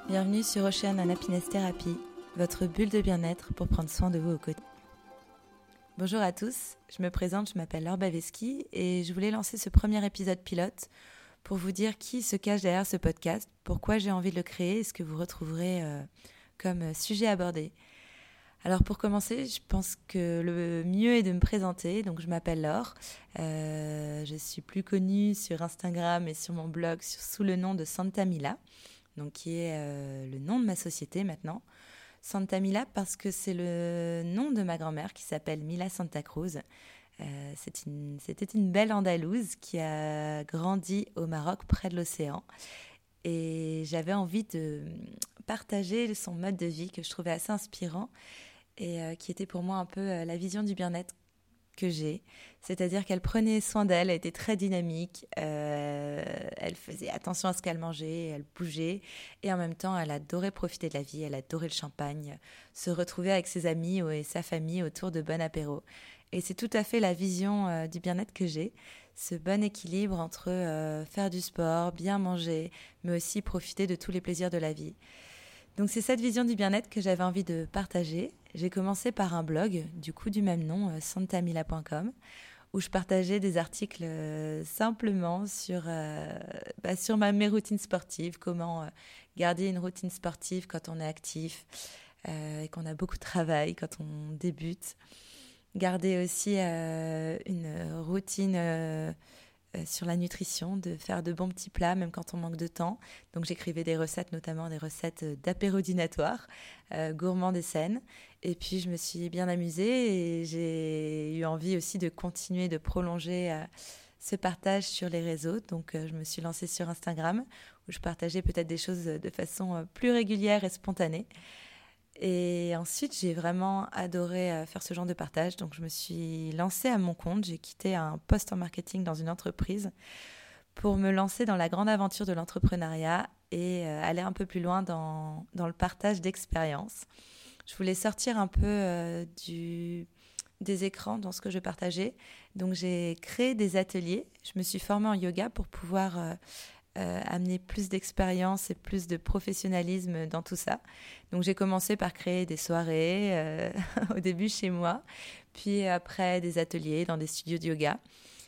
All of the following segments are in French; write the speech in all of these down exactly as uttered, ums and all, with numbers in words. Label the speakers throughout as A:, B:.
A: Bienvenue sur Ocean and Happiness Therapy, votre bulle de bien-être pour prendre soin de vous au quotidien. Bonjour à tous, je me présente, je m'appelle Laure Baveski et je voulais lancer ce premier épisode pilote pour vous dire qui se cache derrière ce podcast, pourquoi j'ai envie de le créer et ce que vous retrouverez euh, comme sujet abordé. Alors pour commencer, je pense que le mieux est de me présenter. Donc je m'appelle Laure, euh, je suis plus connue sur Instagram et sur mon blog sur, sous le nom de Santa Mila, donc qui est euh, le nom de ma société maintenant. Santa Mila parce que c'est le nom de ma grand-mère qui s'appelle Mila Santa Cruz. Euh, c'est une, c'était une belle Andalouse qui a grandi au Maroc près de l'océan. Et j'avais envie de partager son mode de vie que je trouvais assez inspirant et euh, qui était pour moi un peu euh, la vision du bien-être que j'ai. C'est-à-dire qu'elle prenait soin d'elle, elle était très dynamique, euh, elle faisait attention à ce qu'elle mangeait, elle bougeait et en même temps elle adorait profiter de la vie, elle adorait le champagne, se retrouver avec ses amis et sa famille autour de bons apéros. Et c'est tout à fait la vision euh, du bien-être que j'ai, ce bon équilibre entre euh, faire du sport, bien manger, mais aussi profiter de tous les plaisirs de la vie. Donc c'est cette vision du bien-être que j'avais envie de partager. J'ai commencé par un blog, du coup du même nom, euh, santamila point com, où je partageais des articles euh, simplement sur, euh, bah, sur ma, mes routines sportives, comment euh, garder une routine sportive quand on est actif euh, et qu'on a beaucoup de travail, quand on débute. Garder aussi euh, une routine euh, euh, sur la nutrition, de faire de bons petits plats même quand on manque de temps. Donc j'écrivais des recettes, notamment des recettes d'apéro dînatoire, euh, gourmandes et saines. Et puis je me suis bien amusée et j'ai eu envie aussi de continuer de prolonger euh, ce partage sur les réseaux. Donc euh, je me suis lancée sur Instagram où je partageais peut-être des choses de façon euh, plus régulière et spontanée. Et ensuite, j'ai vraiment adoré faire ce genre de partage. Donc, je me suis lancée à mon compte. J'ai quitté un poste en marketing dans une entreprise pour me lancer dans la grande aventure de l'entrepreneuriat et aller un peu plus loin dans, dans le partage d'expériences. Je voulais sortir un peu euh, du, des écrans dans ce que je partageais. Donc, j'ai créé des ateliers. Je me suis formée en yoga pour pouvoir... Euh, Euh, amener plus d'expérience et plus de professionnalisme dans tout ça. Donc j'ai commencé par créer des soirées euh, au début chez moi, puis après des ateliers dans des studios de yoga.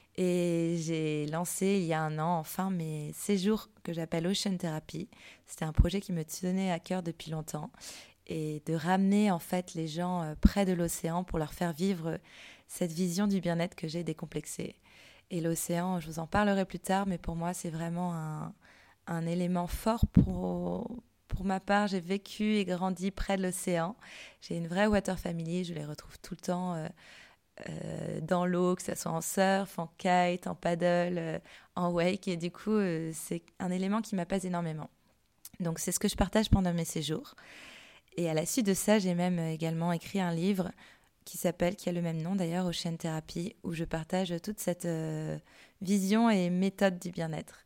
A: Et j'ai lancé il y a un an enfin mes séjours que j'appelle Ocean Therapy. C'était un projet qui me tenait à cœur depuis longtemps et de ramener en fait les gens près de l'océan pour leur faire vivre cette vision du bien-être que j'ai décomplexée. Et l'océan, je vous en parlerai plus tard, mais pour moi, c'est vraiment un, un élément fort pour, pour ma part. J'ai vécu et grandi près de l'océan. J'ai une vraie water family, je les retrouve tout le temps euh, euh, dans l'eau, que ce soit en surf, en kite, en paddle, euh, en wake. Et du coup, euh, c'est un élément qui m'apaise énormément. Donc, c'est ce que je partage pendant mes séjours. Et à la suite de ça, j'ai même également écrit un livre qui s'appelle, qui a le même nom d'ailleurs, Ocean Therapy, où je partage toute cette euh, vision et méthode du bien-être.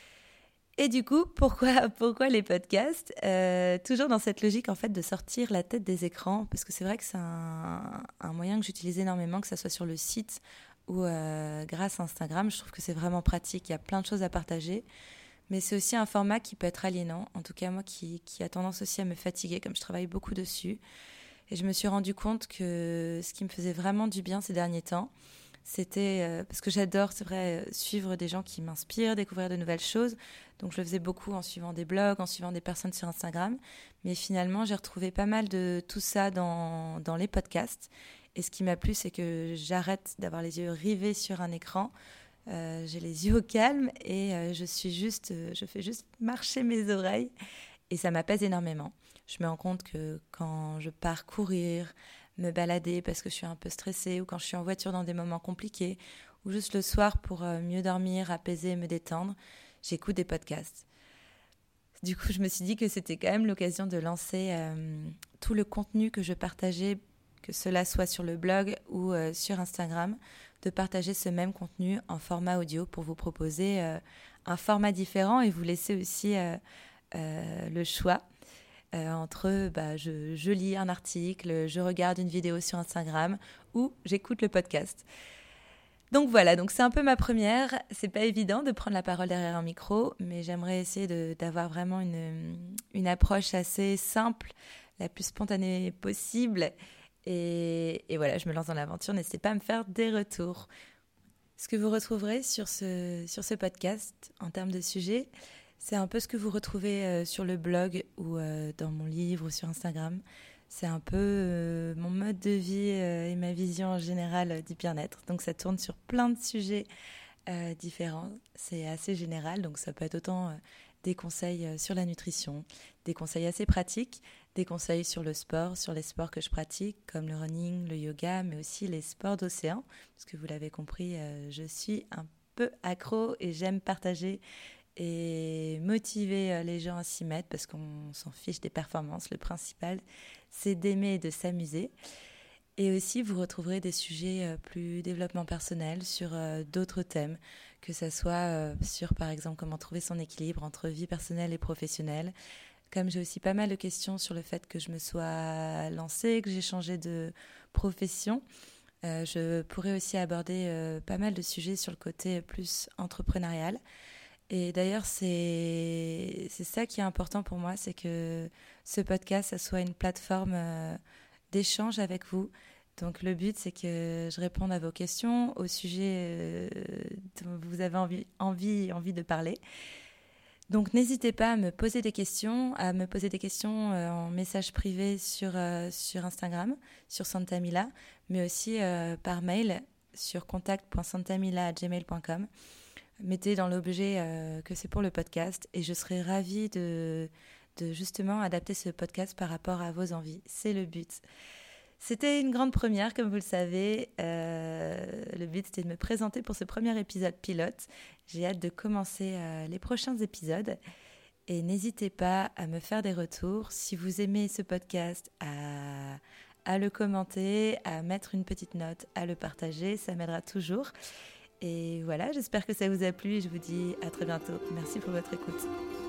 A: Et du coup, pourquoi, pourquoi les podcasts euh, Toujours dans cette logique en fait de sortir la tête des écrans, parce que c'est vrai que c'est un, un moyen que j'utilise énormément, que ce soit sur le site ou euh, grâce à Instagram. Je trouve que c'est vraiment pratique, il y a plein de choses à partager. Mais c'est aussi un format qui peut être aliénant, en tout cas moi qui, qui a tendance aussi à me fatiguer, comme je travaille beaucoup dessus. Et je me suis rendu compte que ce qui me faisait vraiment du bien ces derniers temps, c'était, euh, parce que j'adore, c'est vrai, suivre des gens qui m'inspirent, découvrir de nouvelles choses. Donc je le faisais beaucoup en suivant des blogs, en suivant des personnes sur Instagram. Mais finalement, j'ai retrouvé pas mal de tout ça dans, dans les podcasts. Et ce qui m'a plu, c'est que j'arrête d'avoir les yeux rivés sur un écran. Euh, j'ai les yeux au calme et euh, je suis juste, euh, je fais juste marcher mes oreilles. Et ça m'apaise énormément. Je me rends compte que quand je pars courir, me balader parce que je suis un peu stressée ou quand je suis en voiture dans des moments compliqués ou juste le soir pour mieux dormir, apaiser, me détendre, j'écoute des podcasts. Du coup, je me suis dit que c'était quand même l'occasion de lancer euh, tout le contenu que je partageais, que cela soit sur le blog ou euh, sur Instagram, de partager ce même contenu en format audio pour vous proposer euh, un format différent et vous laisser aussi euh, euh, le choix. Euh, entre bah, je, je lis un article, je regarde une vidéo sur Instagram ou j'écoute le podcast. Donc voilà, donc c'est un peu ma première. C'est pas évident de prendre la parole derrière un micro, mais j'aimerais essayer de, d'avoir vraiment une, une approche assez simple, la plus spontanée possible. Et, et voilà, je me lance dans l'aventure. N'hésitez pas à me faire des retours. Ce que vous retrouverez sur ce, sur ce podcast en termes de sujet, c'est un peu ce que vous retrouvez euh, sur le blog ou euh, dans mon livre ou sur Instagram. C'est un peu euh, mon mode de vie euh, et ma vision en général euh, du bien-être. Donc ça tourne sur plein de sujets euh, différents. C'est assez général, donc ça peut être autant euh, des conseils euh, sur la nutrition, des conseils assez pratiques, des conseils sur le sport, sur les sports que je pratique, comme le running, le yoga, mais aussi les sports d'océan. Parce que vous l'avez compris, euh, je suis un peu accro et j'aime partager et motiver les gens à s'y mettre parce qu'on s'en fiche des performances. Le principal, c'est d'aimer et de s'amuser. Et aussi, vous retrouverez des sujets plus développement personnel sur d'autres thèmes, que ce soit sur, par exemple, comment trouver son équilibre entre vie personnelle et professionnelle. Comme j'ai aussi pas mal de questions sur le fait que je me sois lancée, que j'ai changé de profession, euh, je pourrais aussi aborder euh, pas mal de sujets sur le côté plus entrepreneurial. Et d'ailleurs, c'est, c'est ça qui est important pour moi, c'est que ce podcast, ça soit une plateforme euh, d'échange avec vous. Donc le but, c'est que je réponde à vos questions, aux sujets euh, dont vous avez envie, envie, envie de parler. Donc n'hésitez pas à me poser des questions, à me poser des questions euh, en message privé sur, euh, sur Instagram, sur Santamila, mais aussi euh, par mail sur contact point santamila arobase gmail point com. Mettez dans l'objet euh, que c'est pour le podcast et je serai ravie de, de justement adapter ce podcast par rapport à vos envies. C'est le but. C'était une grande première, comme vous le savez. Euh, le but, c'était de me présenter pour ce premier épisode pilote. J'ai hâte de commencer euh, les prochains épisodes. Et n'hésitez pas à me faire des retours. Si vous aimez ce podcast, à, à le commenter, à mettre une petite note, à le partager. Ça m'aidera toujours. Et voilà, j'espère que ça vous a plu et je vous dis à très bientôt. Merci pour votre écoute.